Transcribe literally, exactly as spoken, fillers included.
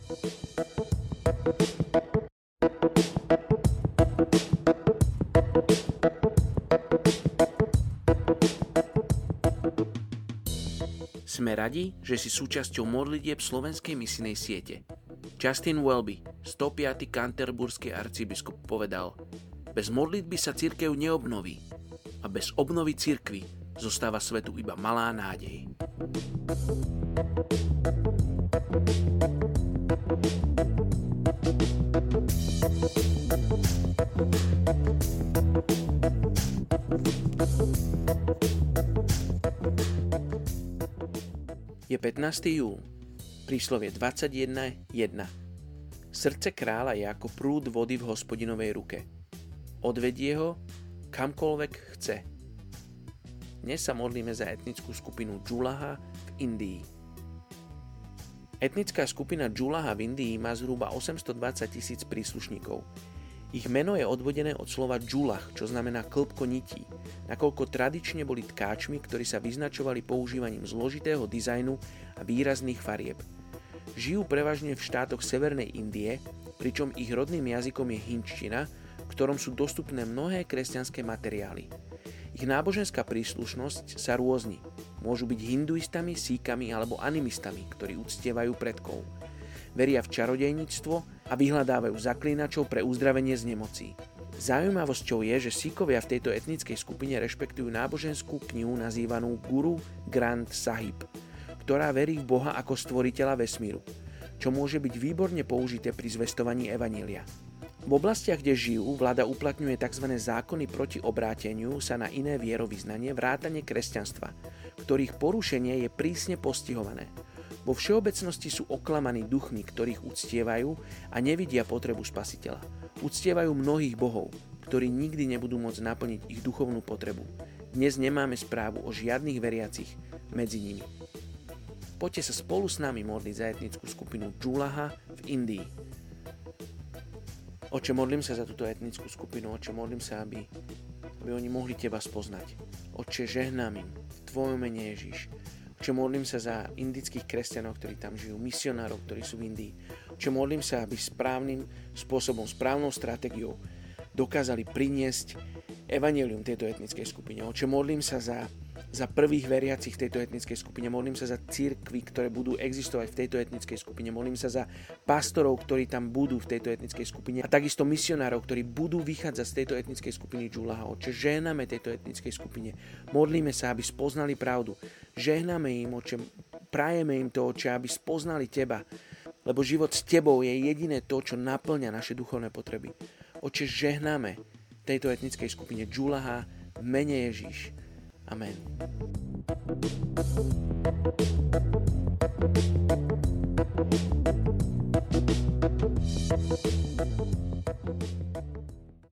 Sme radi, že si súčasťou modlitieb slovenskej misijnej siete. Justin Welby, stopiaty canterburský arcibiskup, povedal: bez modlitby sa cirkev neobnoví a bez obnovy cirkvi zostáva svetu iba malá nádej. Je pätnásteho júla, príslovie dvadsaťjeden jedna. Srdce kráľa je ako prúd vody v Hospodinovej ruke. Odvedie ho kamkoľvek chce. Dnes sa modlíme za etnickú skupinu Džulaha v Indii. Etnická skupina Džulaha v Indii má zhruba osemstodvadsať tisíc príslušníkov. Ich meno je odvodené od slova džulah, čo znamená klbko nití, nakoľko tradične boli tkáčmi, ktorí sa vyznačovali používaním zložitého dizajnu a výrazných farieb. Žijú prevažne v štátoch Severnej Indie, pričom ich rodným jazykom je hindčtina, v ktorom sú dostupné mnohé kresťanské materiály. Ich náboženská príslušnosť sa rôzni. Môžu byť hinduistami, síkami alebo animistami, ktorí uctievajú predkov. Veria v čarodejníctvo a vyhľadávajú zaklínačov pre uzdravenie z nemocí. Zaujímavosťou je, že Síkovia v tejto etnickej skupine rešpektujú náboženskú knihu nazývanú Guru Granth Sahib, ktorá verí v Boha ako stvoriteľa vesmíru, čo môže byť výborne použité pri zvestovaní evanjelia. V oblastiach, kde žijú, vláda uplatňuje tzv. Zákony proti obráteniu sa na iné vierovyznanie vrátane kresťanstva, ktorých porušenie je prísne postihované. Vo všeobecnosti sú oklamaní duchmi, ktorých uctievajú a nevidia potrebu spasiteľa. Uctievajú mnohých bohov, ktorí nikdy nebudú môcť naplniť ich duchovnú potrebu. Dnes nemáme správu o žiadnych veriacich medzi nimi. Poďte sa spolu s nami modliť za etnickú skupinu Džulaha v Indii. Oče, modlím sa za túto etnickú skupinu, Oče, modlím sa, aby, aby oni mohli Teba spoznať. Oče, žehnám im v Tvojom mene Ježiš. Oče, modlím sa za indických kresťanov, ktorí tam žijú, misionárov, ktorí sú v Indii. Oče, modlím sa, aby správnym spôsobom, správnou stratégiou dokázali priniesť evanjelium tejto etnickej skupine. Oče, modlím sa za, za prvých veriacich v tejto etnickej skupine. Modlím sa za cirkvi, ktoré budú existovať v tejto etnickej skupine. Modlím sa za pastorov, ktorí tam budú v tejto etnickej skupine. A takisto misionárov, ktorí budú vychádzať z tejto etnickej skupiny Džulaha. Oče, žehname tejto etnickej skupine. Modlíme sa, aby spoznali pravdu. Žehnáme im, Oče, prajeme im to, Oče, aby spoznali Teba. Lebo život s Tebou je jediné to, čo naplňa naše duchovné potreby. Oče, žehnáme tejto etnickej skupine Džulaha v mene Ježiš. Amen.